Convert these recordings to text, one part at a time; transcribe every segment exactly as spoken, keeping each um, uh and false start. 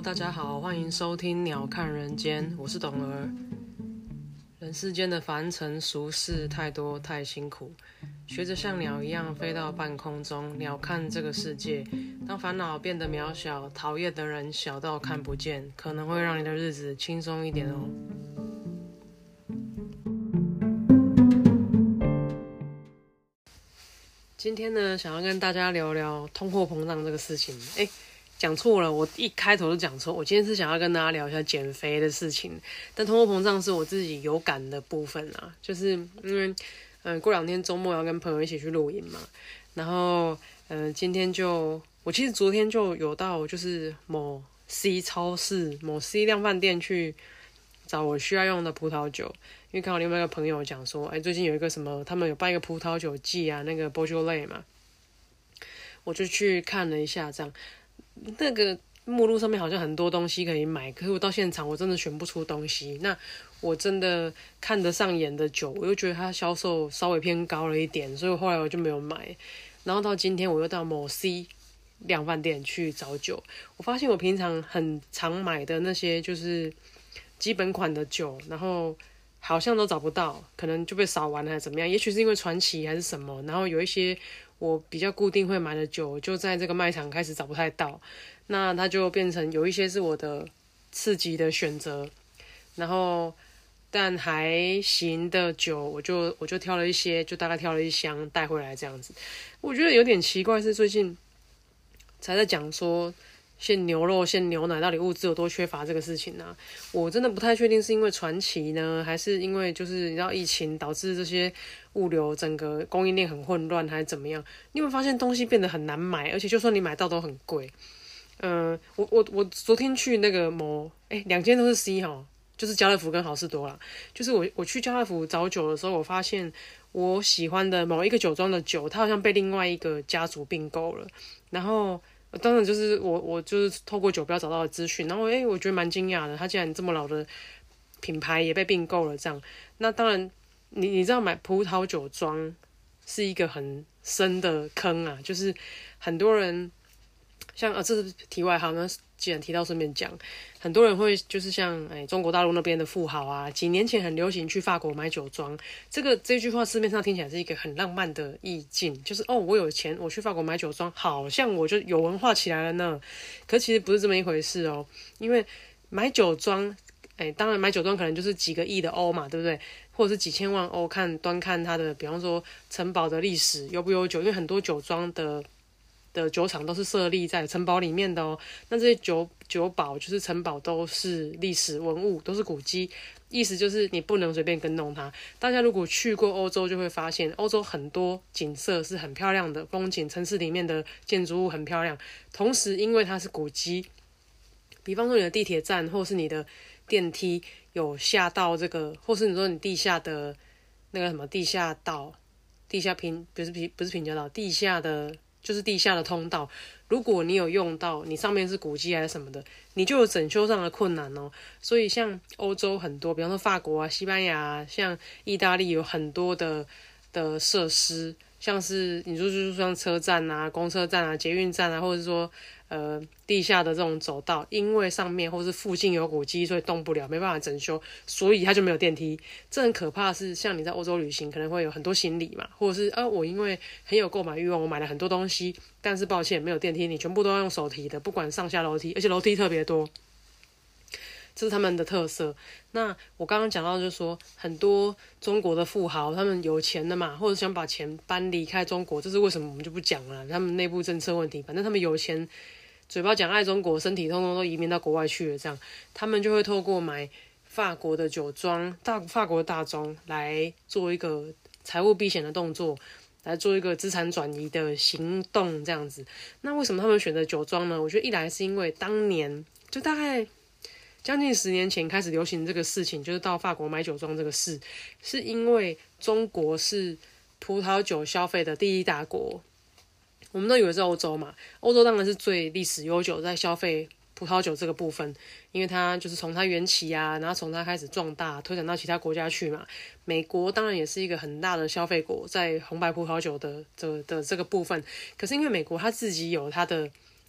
大家好，欢迎收听鸟看人间，我是董儿。人世间的凡尘俗事太多太辛苦，学着像鸟一样飞到半空中，鸟看这个世界。当烦恼变得渺小，讨厌的人小到看不见，可能会让你的日子轻松一点哦。今天呢，想要跟大家聊聊通货膨胀这个事情。哎，讲错了，我一开头就讲错。我今天是想要跟大家聊一下减肥的事情，但通货膨胀是我自己有感的部分啊，就是因为，嗯，过两天周末要跟朋友一起去露营嘛，然后，嗯，今天就，我其实昨天就有到就是某 C 超市、某 C 量贩店去找我需要用的葡萄酒，因为刚好另外一个朋友讲说，哎，最近有一个什么，他们有办一个葡萄酒季啊，那个 Beaujolais 嘛，我就去看了一下，这样。那个目录上面好像很多东西可以买，可是我到现场我真的选不出东西。那我真的看得上眼的酒，我又觉得它销售稍微偏高了一点，所以后来我就没有买。然后到今天我又到某 C 量贩店去找酒，我发现我平常很常买的那些就是基本款的酒，然后好像都找不到，可能就被扫完了还是怎么样，也许是因为传奇还是什么，然后有一些我比较固定会买的酒，就在这个卖场开始找不太到，那它就变成有一些是我的次级的选择，然后但还行的酒，我就我就挑了一些，就大概挑了一箱带回来这样子。我觉得有点奇怪是最近才在讲说限牛肉、限牛奶到底物资有多缺乏这个事情啊，我真的不太确定是因为传奇呢，还是因为就是你知道疫情导致这些物流整个供应链很混乱，还是怎么样？你有没有发现东西变得很难买，而且就算你买到都很贵？嗯、呃，我我我昨天去那个某哎两间都是 C 哈，就是家乐福跟好事多啦。就是我我去家乐福找酒的时候，我发现我喜欢的某一个酒庄的酒，它好像被另外一个家族并购了，然后。当然就是我我就是透过酒标找到的资讯，然后诶我觉得蛮惊讶的，他竟然这么老的品牌也被并购了这样。那当然你你知道买葡萄酒庄是一个很深的坑啊，就是很多人像啊这是题外话，那既然提到顺便讲，很多人会就是像哎中国大陆那边的富豪啊，几年前很流行去法国买酒庄，这个这句话市面上听起来是一个很浪漫的意境，就是哦我有钱我去法国买酒庄，好像我就有文化起来了呢。可其实不是这么一回事哦，因为买酒庄，哎当然买酒庄可能就是几个亿的欧嘛，对不对？或者是几千万欧，看端看它的，比方说城堡的历史悠不悠久，因为很多酒庄的。的酒厂都是设立在城堡里面的哦，那这些酒酒堡就是城堡都是历史文物，都是古迹，意思就是你不能随便跟弄它。大家如果去过欧洲，就会发现欧洲很多景色是很漂亮的风景，城市里面的建筑物很漂亮，同时因为它是古迹，比方说你的地铁站或是你的电梯有下到这个，或是你说你地下的那个什么地下道、地下平不是平不是平交道，地下的。就是地下的通道，如果你有用到，你上面是古迹还是什么的，你就有整修上的困难哦。所以像欧洲很多，比方说法国啊、西班牙啊，像意大利有很多的的设施，像是你说就是像车站啊、公车站啊、捷运站啊，或者是说呃地下的这种走道，因为上面或是附近有古迹，所以动不了，没办法整修，所以它就没有电梯。这很可怕的是，像你在欧洲旅行，可能会有很多行李嘛，或者是啊我因为很有购买欲望，我买了很多东西，但是抱歉没有电梯，你全部都要用手提的，不管上下楼梯，而且楼梯特别多。这是他们的特色。那我刚刚讲到就是说，很多中国的富豪他们有钱的嘛，或者想把钱搬离开中国，这是为什么我们就不讲了，他们内部政策问题，反正他们有钱，嘴巴讲爱中国，身体通通都移民到国外去了，这样他们就会透过买法国的酒庄、大法国的大宗来做一个财务避险的动作，来做一个资产转移的行动，这样子。那为什么他们选择酒庄呢？我觉得一来是因为当年就大概将近十年前开始流行这个事情，就是到法国买酒庄这个事，是因为中国是葡萄酒消费的第一大国。我们都以为是欧洲嘛，欧洲当然是最历史悠久在消费葡萄酒这个部分，因为它就是从它缘起啊，然后从它开始壮大，推展到其他国家去嘛。美国当然也是一个很大的消费国，在红白葡萄酒的的的这个部分，可是因为美国它自己有它的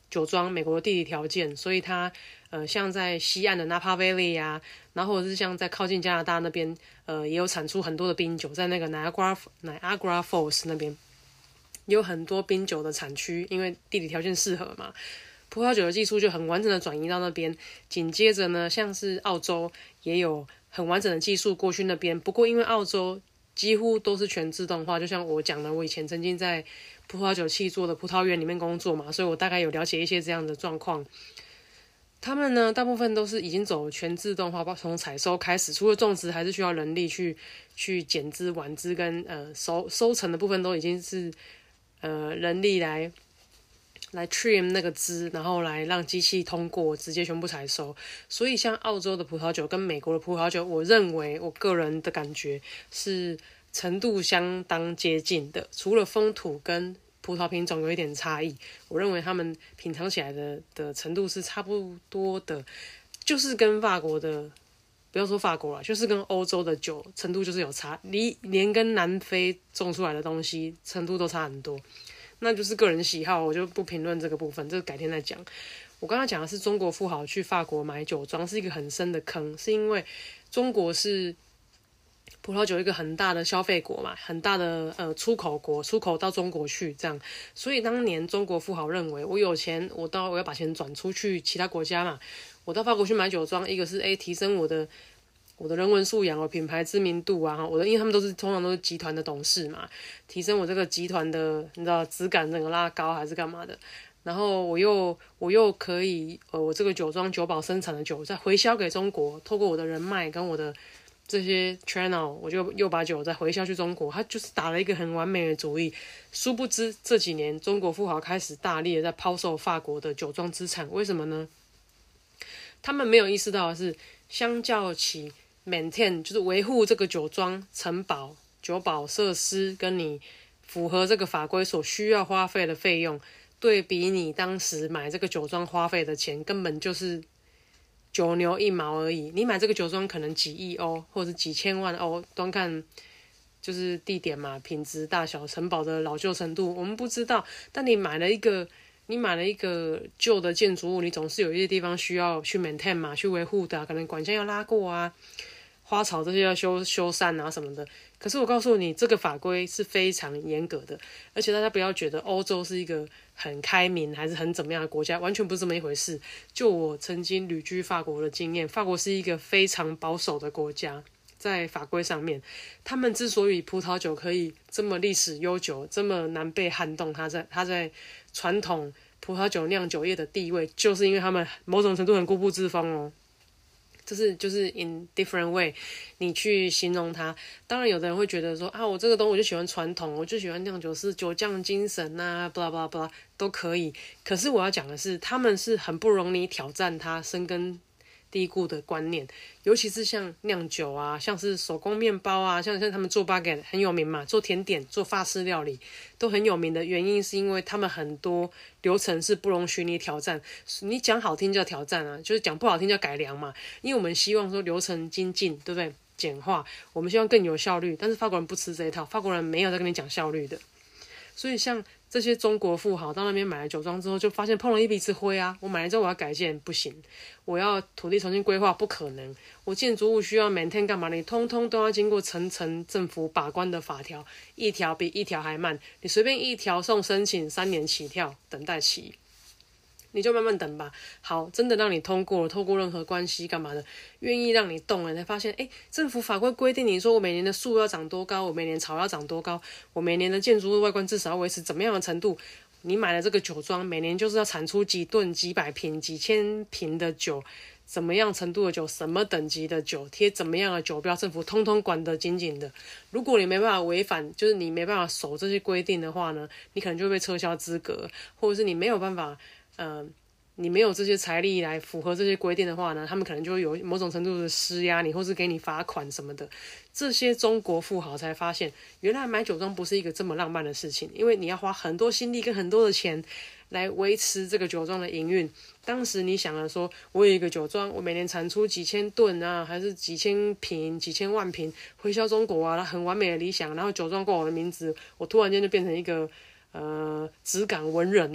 酒庄，美国的地理条件，所以它呃像在西岸的 Napa Valley 啊，然后或者是像在靠近加拿大那边，呃也有产出很多的冰酒，在那个 Niagara Niagara Falls 那边有很多冰酒的产区，因为地理条件适合嘛。葡萄酒的技术就很完整的转移到那边，紧接着呢，像是澳洲也有很完整的技术过去那边。不过因为澳洲几乎都是全自动化，就像我讲的，我以前曾经在葡萄酒契作的葡萄园里面工作嘛，所以我大概有了解一些这样的状况。他们呢，大部分都是已经走全自动化，从采收开始，除了种植还是需要人力去去剪枝、挽枝跟呃收收成的部分都已经是呃人力来。来 trim 那个枝，然后来让机器通过，直接全部采收。所以像澳洲的葡萄酒跟美国的葡萄酒，我认为我个人的感觉是程度相当接近的，除了风土跟葡萄品种有一点差异，我认为他们品尝起来的的程度是差不多的，就是跟法国的。不要说法国啦，就是跟欧洲的酒程度就是有差，连跟南非种出来的东西程度都差很多。那就是个人喜好，我就不评论这个部分，这个改天再讲。我刚刚讲的是中国富豪去法国买酒庄是一个很深的坑，是因为中国是葡萄酒一个很大的消费国嘛，很大的呃出口国，出口到中国去这样，所以当年中国富豪认为我有钱，我到我要把钱转出去其他国家嘛，我到法国去买酒庄，一个是哎提升我的。我的人文素养，我品牌知名度啊，我的因为他们都是通常都是集团的董事嘛，提升我这个集团的你知道质感整个拉高还是干嘛的，然后我又我又可以呃我这个酒庄酒保生产的酒再回销给中国，透过我的人脉跟我的这些 channel， 我就又把酒再回销去中国，他就是打了一个很完美的主意。殊不知这几年中国富豪开始大力的在抛售法国的酒庄资产，为什么呢？他们没有意识到的是，相较起maintain 就是维护这个酒庄城堡、酒保设施，跟你符合这个法规所需要花费的费用，对比你当时买这个酒庄花费的钱，根本就是九牛一毛而已。你买这个酒庄可能几亿欧，或者几千万欧，端看就是地点嘛、品质、大小、城堡的老旧程度，我们不知道。但你买了一个。你买了一个旧的建筑物，你总是有一些地方需要去 maintain 嘛，去维护的、啊，可能管线要拉过啊，花草这些要修修缮啊什么的。可是我告诉你，这个法规是非常严格的，而且大家不要觉得欧洲是一个很开明还是很怎么样的国家，完全不是这么一回事。就我曾经旅居法国的经验，法国是一个非常保守的国家。在法规上面，他们之所以葡萄酒可以这么历史悠久，这么难被撼动，它在它在传统葡萄酒酿酒业的地位，就是因为他们某种程度很固步自封哦。这是就是 in different way 你去形容它。当然有的人会觉得说啊，我这个东西我就喜欢传统，我就喜欢酿酒师酒匠精神啊 blah blah blah 都可以。可是我要讲的是，他们是很不容易挑战它深根蒂固的观念，尤其是像酿酒啊，像是手工面包啊，像像他们做 baguette 很有名嘛，做甜点、做法式料理都很有名的原因，是因为他们很多流程是不容许你挑战。你讲好听叫挑战啊，就是讲不好听叫改良嘛。因为我们希望说流程精进，对不对？简化，我们希望更有效率。但是法国人不吃这一套，法国人没有在跟你讲效率的。所以像这些中国富豪到那边买了酒庄之后，就发现碰了一鼻子灰啊！我买了之后我要改建不行，我要土地重新规划不可能，我建筑物需要 maintain 干嘛的，你通通都要经过层层政府把关的法条，一条比一条还慢。你随便一条送申请三年起跳，等待期。你就慢慢等吧。好，真的让你通过了，透过任何关系干嘛的，愿意让你动了，你才发现，哎，政府法规规定你说我每年的树要长多高，我每年草要长多高，我每年的建筑物外观至少要维持怎么样的程度。你买了这个酒庄，每年就是要产出几吨、几百瓶、几千瓶的酒，怎么样程度的酒，什么等级的酒，贴怎么样的酒标，政府通通管得紧紧的。如果你没办法违反，就是你没办法守这些规定的话呢，你可能就会被撤销资格，或者是你没有办法。呃，你没有这些财力来符合这些规定的话呢，他们可能就会有某种程度的施压你，或是给你罚款什么的。这些中国富豪才发现，原来买酒庄不是一个这么浪漫的事情，因为你要花很多心力跟很多的钱来维持这个酒庄的营运。当时你想了说，我有一个酒庄，我每年产出几千吨啊，还是几千瓶、几千万瓶回销中国啊，很完美的理想。然后酒庄挂我的名字，我突然间就变成一个呃质感文人了。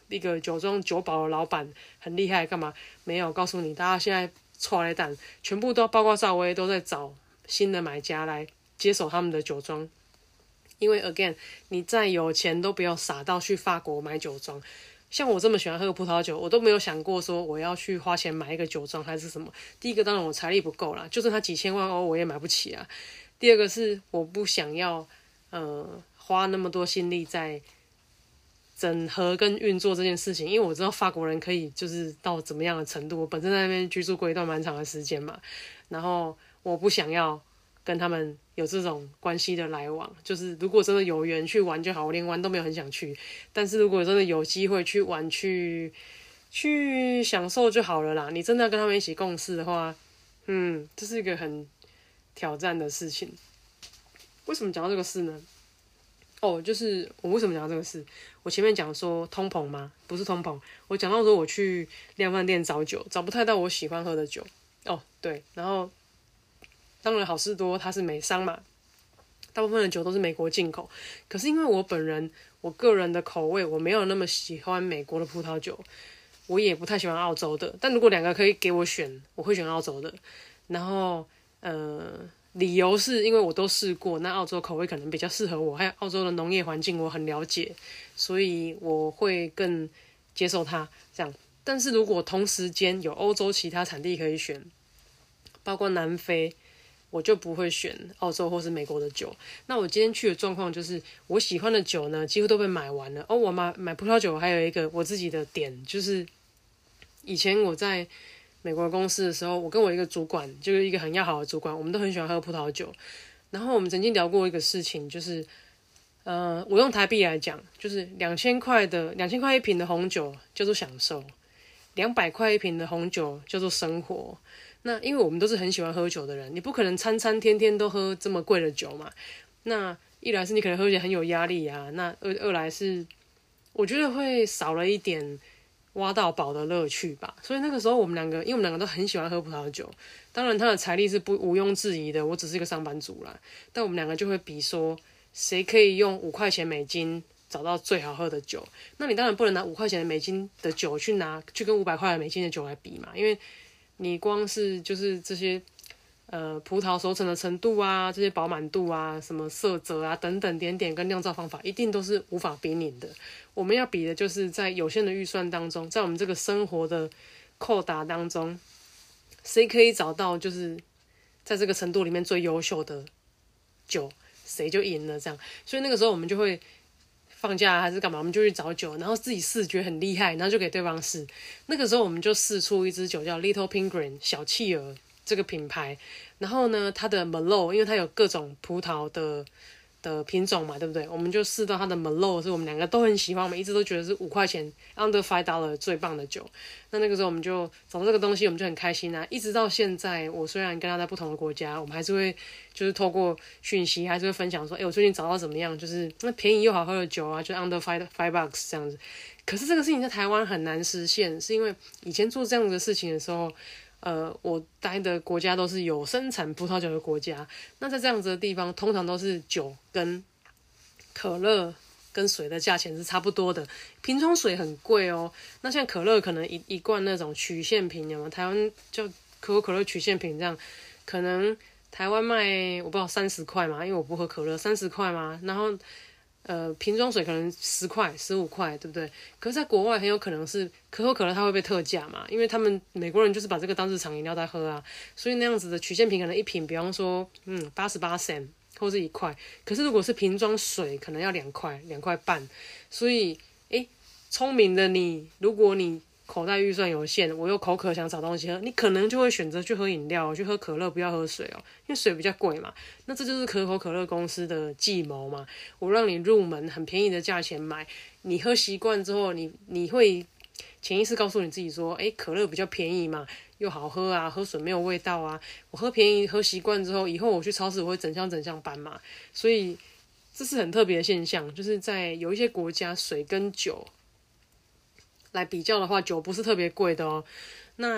一个酒庄酒保的老板很厉害干嘛？没有，告诉你，大家现在错来蛋全部都包括邵威都在找新的买家来接手他们的酒庄。因为 again， 你再有钱都不要傻到去法国买酒庄。像我这么喜欢喝葡萄酒，我都没有想过说我要去花钱买一个酒庄还是什么。第一个当然我财力不够啦，就算他几千万欧我也买不起啊。第二个是我不想要呃花那么多心力在整合跟运作这件事情，因为我知道法国人可以就是到怎么样的程度，我本身在那边居住过一段蛮长的时间嘛，然后我不想要跟他们有这种关系的来往，就是如果真的有缘去玩就好，我连玩都没有很想去，但是如果真的有机会去玩去去享受就好了啦。你真的要跟他们一起共事的话，嗯，这是一个很挑战的事情。为什么讲到这个事呢？哦，就是我为什么讲到这个事？我前面讲说通膨吗？不是通膨，我讲到说我去量贩店找酒，找不太到我喜欢喝的酒。哦，对，然后当然好事多它是美商嘛，大部分的酒都是美国进口。可是因为我本人我个人的口味，我没有那么喜欢美国的葡萄酒，我也不太喜欢澳洲的。但如果两个可以给我选，我会选澳洲的。然后呃。理由是因为我都试过，那澳洲口味可能比较适合我，还有澳洲的农业环境我很了解，所以我会更接受它这样。但是如果同时间有欧洲其他产地可以选，包括南非，我就不会选澳洲或是美国的酒。那我今天去的状况就是，我喜欢的酒呢几乎都被买完了。哦，我买买葡萄酒还有一个我自己的点，就是以前我在美国公司的时候，我跟我一个主管，就是一个很要好的主管，我们都很喜欢喝葡萄酒。然后我们曾经聊过一个事情，就是，呃，我用台币来讲，就是两千块的两千块一瓶的红酒叫做享受，两百块一瓶的红酒叫做生活。那因为我们都是很喜欢喝酒的人，你不可能餐餐天天都喝这么贵的酒嘛。那一来是你可能喝起来很有压力啊，那二二来是我觉得会少了一点挖到宝的乐趣吧。所以那个时候我们两个，因为我们两个都很喜欢喝葡萄酒，当然他的财力是不毋庸置疑的，我只是一个上班族啦，但我们两个就会比说谁可以用五块钱美金找到最好喝的酒。那你当然不能拿五块钱的美金的酒去拿去跟五百块的美金的酒来比嘛，因为你光是就是这些呃葡萄熟成的程度啊，这些饱满度啊，什么色泽啊等等点点跟酿造方法，一定都是无法比拟的。我们要比的就是在有限的预算当中，在我们这个生活的扣打当中，谁可以找到就是在这个程度里面最优秀的酒，谁就赢了这样。所以那个时候我们就会放假还是干嘛，我们就去找酒，然后自己试觉得很厉害，然后就给对方试。那个时候我们就试出一支酒叫 Little Penguin 小企鹅这个品牌，然后呢它的 Merlot 因为它有各种葡萄的的品种嘛，对不对？我们就试到它的 Merlot 是我们两个都很喜欢，我们一直都觉得是五块钱 under five dollar 最棒的酒。那那个时候我们就找到这个东西，我们就很开心啊。一直到现在，我虽然跟他在不同的国家，我们还是会就是透过讯息，还是会分享说，哎，我最近找到怎么样，就是那便宜又好喝的酒啊，就 under five five bucks 这样子。可是这个事情在台湾很难实现，是因为以前做这样的事情的时候，呃，我待的国家都是有生产葡萄酒的国家，那在这样子的地方，通常都是酒跟可乐跟水的价钱是差不多的，瓶装水很贵哦。那像可乐可能一一罐那种曲线瓶，有没有？台湾叫可口可乐曲线瓶这样，可能台湾卖我不知道三十块嘛，因为我不喝可乐，三十块嘛。然后呃，瓶装水可能十块、十五块，对不对？可是在国外很有可能是可口可乐它会被特价嘛，因为他们美国人就是把这个当日常饮料在喝啊，所以那样子的曲线瓶可能一瓶，比方说嗯八十八 cent 或是一块，可是如果是瓶装水，可能要两块、两块半。所以，诶，聪明的你，如果你口袋预算有限，我又口渴想找东西喝，你可能就会选择去喝饮料，去喝可乐，不要喝水哦，因为水比较贵嘛。那这就是可口可乐公司的计谋嘛，我让你入门很便宜的价钱买，你喝习惯之后，你你会潜意识告诉你自己说，诶，可乐比较便宜嘛，又好喝啊，喝水没有味道啊。我喝便宜喝习惯之后，以后我去超市我会整箱整箱搬嘛，所以这是很特别的现象，就是在有一些国家，水跟酒来比较的话，酒不是特别贵的哦。那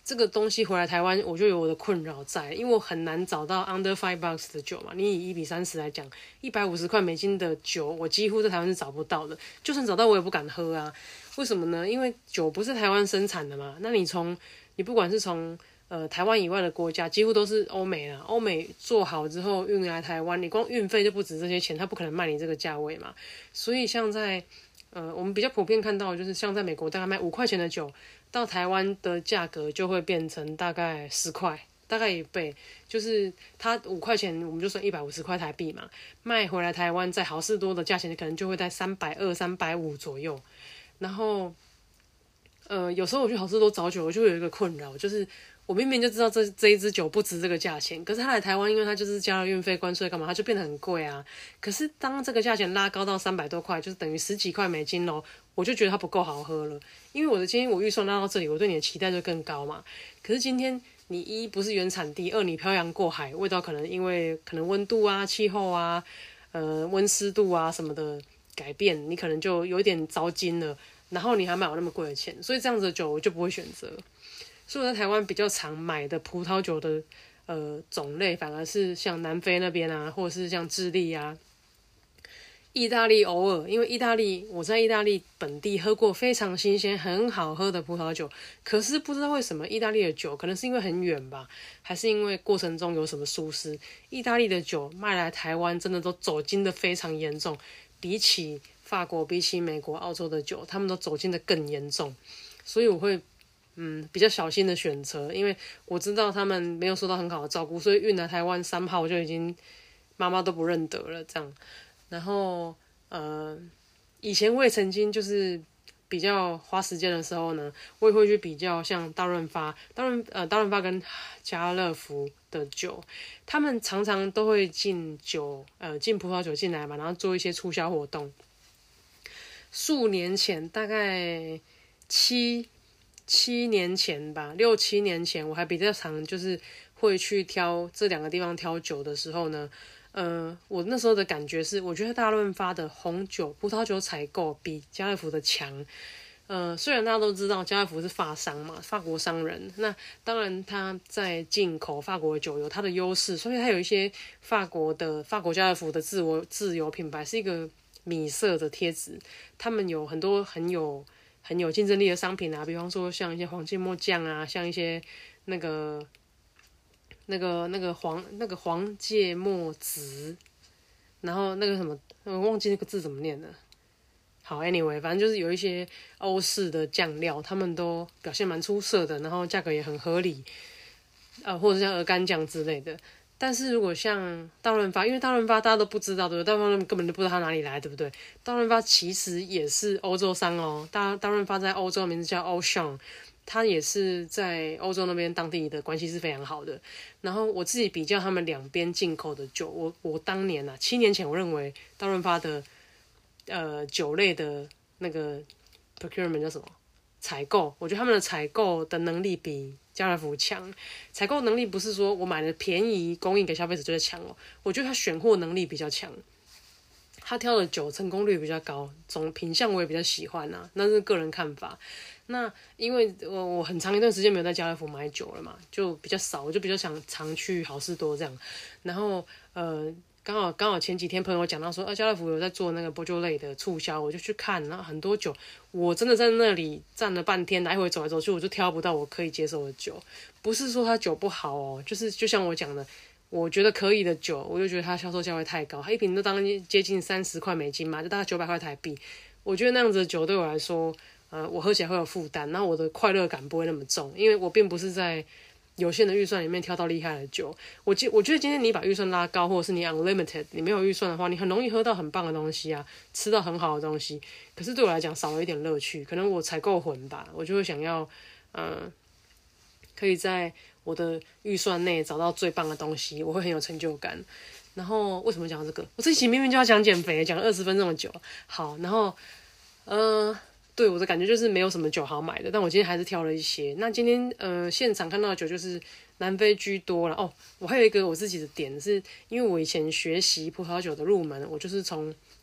这个东西回来台湾，我就有我的困扰在，因为我很难找到 under five bucks 的酒嘛。你以一比三十来讲，一百五十块美金的酒，我几乎在台湾是找不到的。就算找到，我也不敢喝啊。为什么呢？因为酒不是台湾生产的嘛。那你从你不管是从呃台湾以外的国家，几乎都是欧美啦。欧美做好之后运来台湾，你光运费就不止这些钱，他不可能卖你这个价位嘛。所以像在呃我们比较普遍看到的就是像在美国大概卖五块钱的酒。到台湾的价格就会变成大概十块，大概一倍，就是它五块钱，我们就算一百五十块台币嘛，卖回来台湾在好事多的价钱可能就会在三百二、三百五左右。然后，呃，有时候我去好事多找酒，我就会有一个困扰，就是我明明就知道这这一支酒不值这个价钱，可是它来台湾，因为它就是加了运费、关税干嘛，它就变得很贵啊。可是当这个价钱拉高到三百多块，就是等于十几块美金咯，我就觉得它不够好喝了。因为我的今天我预算拉到这里，我对你的期待就更高嘛。可是今天你一不是原产地，二你漂洋过海，味道可能因为可能温度啊、气候啊、呃温湿度啊什么的改变，你可能就有点糟心了。然后你还买我那么贵的钱，所以这样子的酒我就不会选择。所以我在台湾比较常买的葡萄酒的呃种类，反而是像南非那边啊，或者是像智利啊、意大利偶尔，因为意大利我在意大利本地喝过非常新鲜、很好喝的葡萄酒，可是不知道为什么意大利的酒，可能是因为很远吧，还是因为过程中有什么疏失，意大利的酒卖来台湾真的都走精的非常严重，比起法国、比起美国、澳洲的酒，他们都走精的更严重，所以我会。嗯，比较小心的选择，因为我知道他们没有受到很好的照顾，所以运来台湾三号就已经妈妈都不认得了这样。然后呃，以前我也曾经就是比较花时间的时候呢，我也会去比较像大润发、大润呃大润发跟家乐福的酒，他们常常都会进酒呃进葡萄酒进来嘛，然后做一些促销活动。数年前，大概七。七年前吧，六七年前，我还比较常就是会去挑这两个地方挑酒的时候呢，呃，我那时候的感觉是，我觉得大润发的红酒、葡萄酒采购比家乐福的强。呃，虽然大家都知道家乐福是法商嘛，法国商人，那当然他在进口法国的酒有他的优势，所以他有一些法国的法国家乐福的自我自有品牌是一个米色的贴纸，他们有很多很有。很有竞争力的商品啊，比方说像一些黄芥末酱啊，像一些那个、那个、那个黄、那个黄芥末籽，然后那个什么，我忘记那个字怎么念了。好 ，anyway， 反正就是有一些欧式的酱料，他们都表现蛮出色的，然后价格也很合理，呃，或者像鹅肝酱之类的。但是如果像大润发，因为大润发大家都不知道，对不对？大润发根本就不知道它哪里来，对不对？大润发其实也是欧洲商哦，大大润发在欧洲的名字叫 Auchan， 它也是在欧洲那边当地的关系是非常好的。然后我自己比较他们两边进口的酒，我我当年啊，七年前我认为大润发的呃酒类的那个 procurement 叫什么？采购，我觉得他们的采购的能力比家乐福强。采购能力不是说我买的便宜供应给消费者就是强哦，我觉得他选货能力比较强，他挑的酒成功率比较高，总品相我也比较喜欢啊，那是个人看法。那因为我我很长一段时间没有在家乐福买酒了嘛，就比较少，我就比较想常去好事多这样。然后呃。刚好刚好前几天朋友讲到说，啊，家乐福有在做那个波酒类的促销，我就去看，然后很多酒，我真的在那里站了半天，来回走来走去，我就挑不到我可以接受的酒。不是说它酒不好哦，就是就像我讲的，我觉得可以的酒，我就觉得它销售价位太高，它一瓶都当然接近三十块美金嘛，就大概九百块台币。我觉得那样子的酒对我来说，呃，我喝起来会有负担，然后我的快乐感不会那么重，因为我并不是在有限的预算里面挑到厉害的酒。我记我觉得今天你把预算拉高，或者是你 unlimited 你没有预算的话，你很容易喝到很棒的东西啊，吃到很好的东西。可是对我来讲少了一点乐趣，可能我采购混吧，我就会想要，呃，可以在我的预算内找到最棒的东西，我会很有成就感。然后为什么讲这个？我这一期明明就要讲减肥，讲二十分钟的酒。好，然后，呃。对，我的感觉就是没有什么酒好买的，但我今天还是挑了一些。那今天呃现场看到的酒就是南非居多了哦。我还有一个我自己的点是，因为我以前学习葡萄酒的入门，我就是从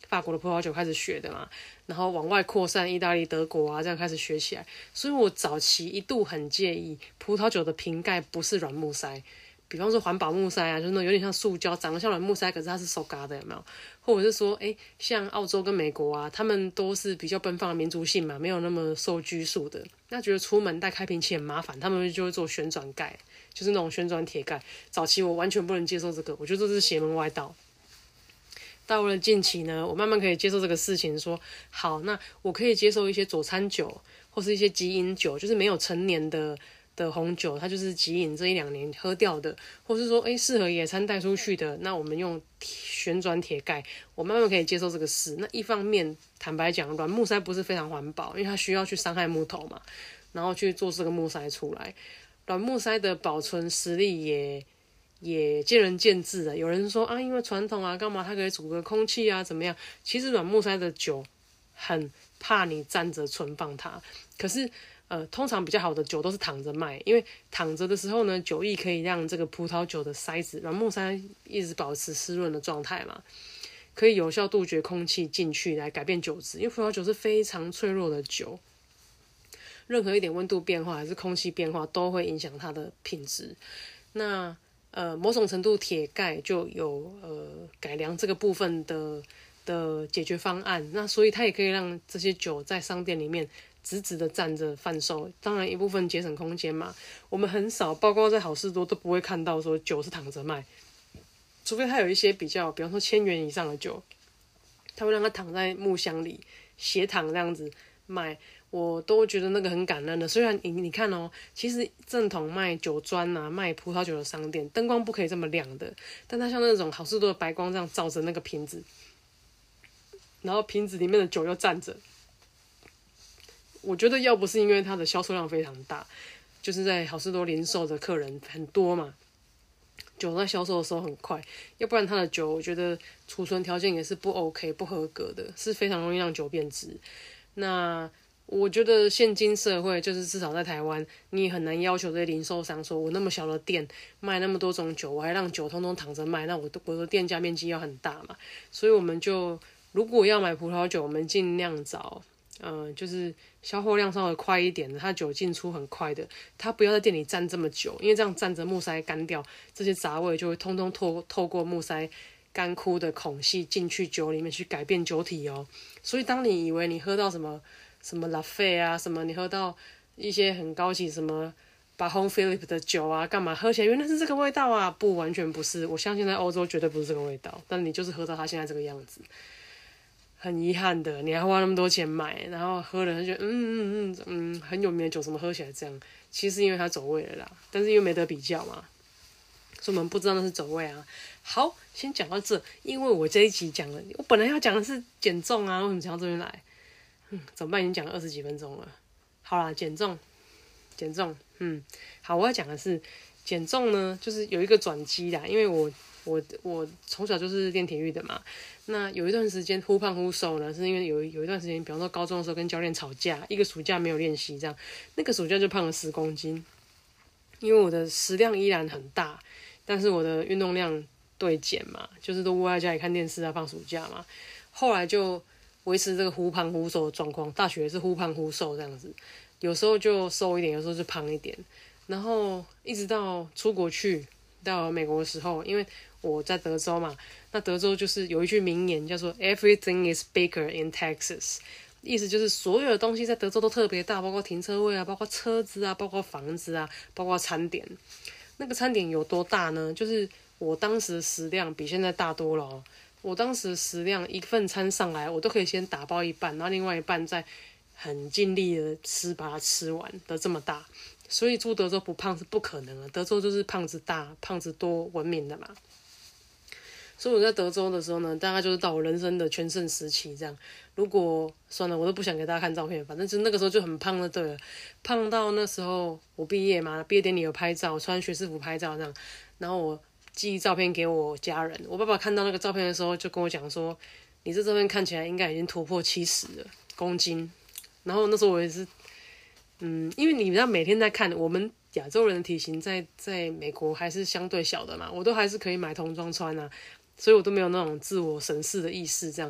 法国的葡萄酒开始学的嘛，然后往外扩散，意大利、德国啊这样开始学起来。所以我早期一度很介意葡萄酒的瓶盖不是软木塞，比方说环保木塞啊，就是那种有点像塑胶，长得像软木塞，可是它是手嘎的，有没有？或者是说，哎，像澳洲跟美国啊，他们都是比较奔放的民族性嘛，没有那么受拘束的。那觉得出门带开瓶器很麻烦，他们就会做旋转盖，就是那种旋转铁盖。早期我完全不能接受这个，我觉得这是邪门歪道。到了近期呢，我慢慢可以接受这个事情，说好，那我可以接受一些佐餐酒，或是一些即饮酒，就是没有成年的的红酒，它就是即饮这一两年喝掉的，或是说，哎，适合野餐带出去的，那我们用旋转铁盖，我慢慢可以接受这个事。那一方面，坦白讲，软木塞不是非常环保，因为它需要去伤害木头嘛，然后去做这个木塞出来。软木塞的保存实力也也见仁见智的，有人说啊，因为传统啊，干嘛它可以阻隔空气啊，怎么样？其实软木塞的酒很怕你站着存放它，可是呃，通常比较好的酒都是躺着卖，因为躺着的时候呢，酒液可以让这个葡萄酒的塞子软木塞一直保持湿润的状态嘛，可以有效杜绝空气进去来改变酒质，因为葡萄酒是非常脆弱的酒。任何一点温度变化还是空气变化都会影响它的品质。那呃，某种程度铁盖就有呃改良这个部分的的解决方案。那所以它也可以让这些酒在商店里面直直的站着贩售。当然一部分节省空间嘛，我们很少，包括在好事多都不会看到说酒是躺着卖，除非它有一些比较，比方说千元以上的酒，它会让它躺在木箱里斜躺这样子卖。我都觉得那个很感恩的。虽然你你看哦，其实正统卖酒庄啊、卖葡萄酒的商店，灯光不可以这么亮的，但它像那种好事多的白光这样照着那个瓶子，然后瓶子里面的酒又站着。我觉得要不是因为它的销售量非常大，就是在好事多零售的客人很多嘛，酒在销售的时候很快，要不然它的酒我觉得储存条件也是不 OK 不合格的，是非常容易让酒变质。那我觉得现今社会，就是至少在台湾，你也很难要求这些零售商说，我那么小的店卖那么多种酒，我还让酒通通躺着卖，那我的我的店家面积要很大嘛。所以我们就如果要买葡萄酒，我们尽量找，呃，就是销货量稍微快一点的，它酒进出很快的，它不要在店里站这么久，因为这样站着木塞干掉，这些杂味就会通通透透过木塞干枯的孔隙进去酒里面去改变酒体哦。所以当你以为你喝到什么什么拉菲啊，什么你喝到一些很高级什么巴洪 Philip 的酒啊，干嘛喝起来原来是这个味道啊？不，完全不是。我相信在欧洲绝对不是这个味道，但你就是喝到它现在这个样子，很遗憾的，你还花那么多钱买，然后喝了就觉得嗯嗯嗯嗯很有名的酒，怎么喝起来这样？其实因为它走味了啦，但是因为没得比较嘛，所以我们不知道那是走味啊。好，先讲到这，因为我这一集讲了，我本来要讲的是减重啊，为什么讲到这边来？嗯，怎么办？已经讲了二十几分钟了。好啦，减重，减重，嗯，好，我要讲的是减重呢，就是有一个转机啦，因为我我我从小就是练体育的嘛，那有一段时间忽胖忽瘦呢，是因为有有一段时间，比方说高中的时候跟教练吵架，一个暑假没有练习，这样那个暑假就胖了十公斤，因为我的食量依然很大，但是我的运动量对减嘛，就是都窝在家里看电视啊，放暑假嘛，后来就维持这个忽胖忽瘦的状况，大学也是忽胖忽瘦这样子，有时候就瘦一点，有时候就胖一点，然后一直到出国去到美国的时候，因为我在德州嘛，那德州就是有一句名言叫做 "Everything is bigger in Texas"， 意思就是所有的东西在德州都特别大，包括停车位啊，包括车子啊，包括房子啊，包括餐点。那个餐点有多大呢？就是我当时的食量比现在大多了哦。我当时的食量一份餐上来，我都可以先打包一半，然后另外一半再很尽力的吃，把它吃完的这么大。所以住德州不胖是不可能的，德州就是胖子大、胖子多闻名的嘛。所以我在德州的时候呢，大概就是到我人生的全盛时期这样。如果算了，我都不想给大家看照片，反正就那个时候就很胖了，对了，胖到那时候我毕业嘛，毕业典礼有拍照，穿学士服拍照这样，然后我寄照片给我家人，我爸爸看到那个照片的时候就跟我讲说，你这照片看起来应该已经突破七十了公斤。然后那时候我也是，嗯，因为你知道每天在看，我们亚洲人的体型在在美国还是相对小的嘛，我都还是可以买童装穿啊，所以我都没有那种自我审视的意识这样。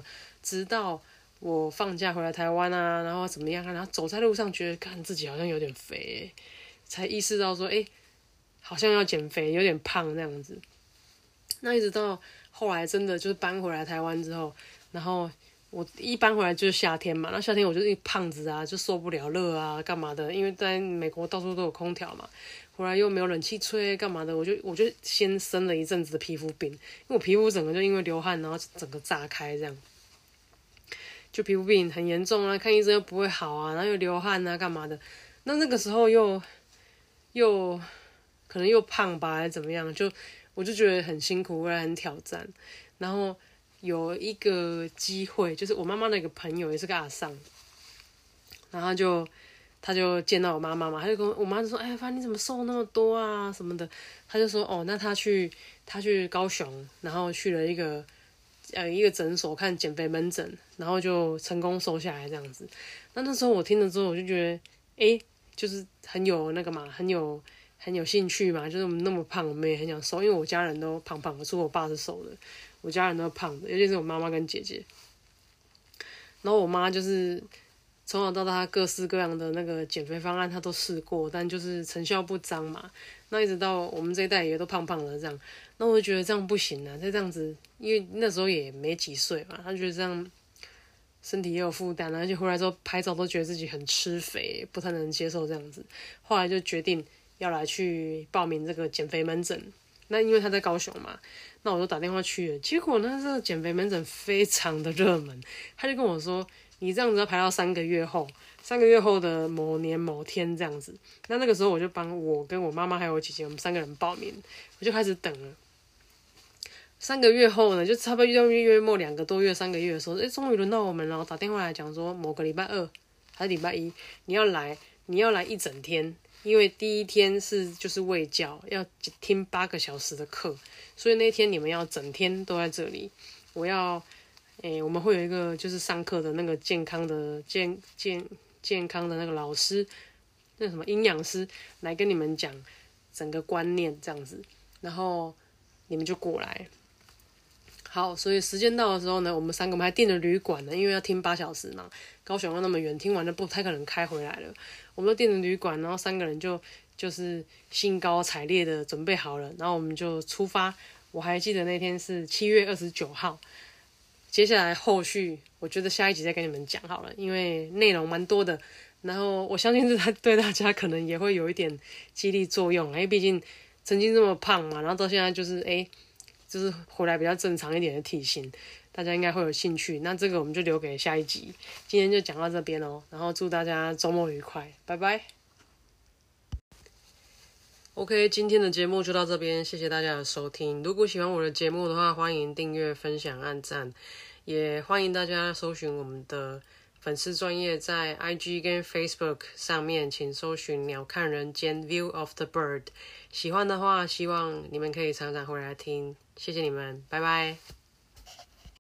直到我放假回来台湾啊，然后怎么样啊，然后走在路上觉得，看自己好像有点肥、欸，才意识到说，哎、欸，好像要减肥，有点胖那样子。那一直到后来真的就是搬回来台湾之后，然后我一搬回来就是夏天嘛，那夏天我就是一胖子啊，就受不了热啊，干嘛的？因为在美国到处都有空调嘛，回来又没有冷气吹，干嘛的？我就我就先生了一阵子的皮肤病，因为我皮肤整个就因为流汗，然后整个炸开这样，就皮肤病很严重啊，看医生又不会好啊，然后又流汗啊，干嘛的？那那个时候又又可能又胖吧，还是怎么样？就我就觉得很辛苦，未来很挑战。然后有一个机会，就是我妈妈的一个朋友，也是个阿桑，然后就他就见到我妈妈嘛，他就跟我妈就说：“哎，发你怎么瘦那么多啊什么的？”他就说：“哦，那他去他去高雄，然后去了一个呃一个诊所看减肥门诊，然后就成功瘦下来这样子。”那那时候我听了之后，我就觉得，哎，就是很有那个嘛，很有。很有兴趣嘛，就是我们那么胖，我们也很想瘦，因为我家人都胖胖的，除了我爸是瘦的，我家人都胖的，尤其是我妈妈跟姐姐。然后我妈就是从小到大各式各样的那个减肥方案，她都试过，但就是成效不彰嘛。那一直到我们这一代也都胖胖的这样，那我就觉得这样不行啊，再这样子，因为那时候也没几岁嘛，她觉得这样身体也有负担，而且回来之后拍照都觉得自己很吃肥，不太能接受这样子。后来就决定要来去报名这个减肥门诊，那因为他在高雄嘛，那我就打电话去了。结果呢，这个减肥门诊非常的热门，他就跟我说，你这样子要排到三个月后，三个月后的某年某天这样子。那那个时候我就帮我跟我妈妈还有我姐姐，我们三个人报名，我就开始等了。三个月后呢，就差不多到月末两个多月、三个月的时候，哎，终于轮到我们了。打电话来讲说，某个礼拜二还是礼拜一，你要来，你要来一整天。因为第一天是就是卫教，要听八个小时的课，所以那天你们要整天都在这里。我要，诶，我们会有一个就是上课的那个健康的健健健康的那个老师，那什么营养师来跟你们讲整个观念这样子，然后你们就过来。好，所以时间到的时候呢，我们三个我们还订了旅馆呢，因为要听八小时嘛，高雄又那么远，听完就不太可能开回来了。我们都订了旅馆，然后三个人就就是兴高采烈的准备好了，然后我们就出发。我还记得那天是七月二十九号。接下来后续，我觉得下一集再跟你们讲好了，因为内容蛮多的。然后我相信这对大家可能也会有一点激励作用，因为毕竟曾经这么胖嘛，然后到现在就是哎。诶就是回来比较正常一点的体型，大家应该会有兴趣。那这个我们就留给下一集，今天就讲到这边哦。然后祝大家周末愉快，拜拜。OK， 今天的节目就到这边，谢谢大家的收听。如果喜欢我的节目的话，欢迎订阅、分享、按赞，也欢迎大家搜寻我们的粉丝专页在 I G 跟 Facebook 上面，请搜寻鸟看人间 View of the Bird。喜欢的话，希望你们可以常常回来听，谢谢你们，拜拜。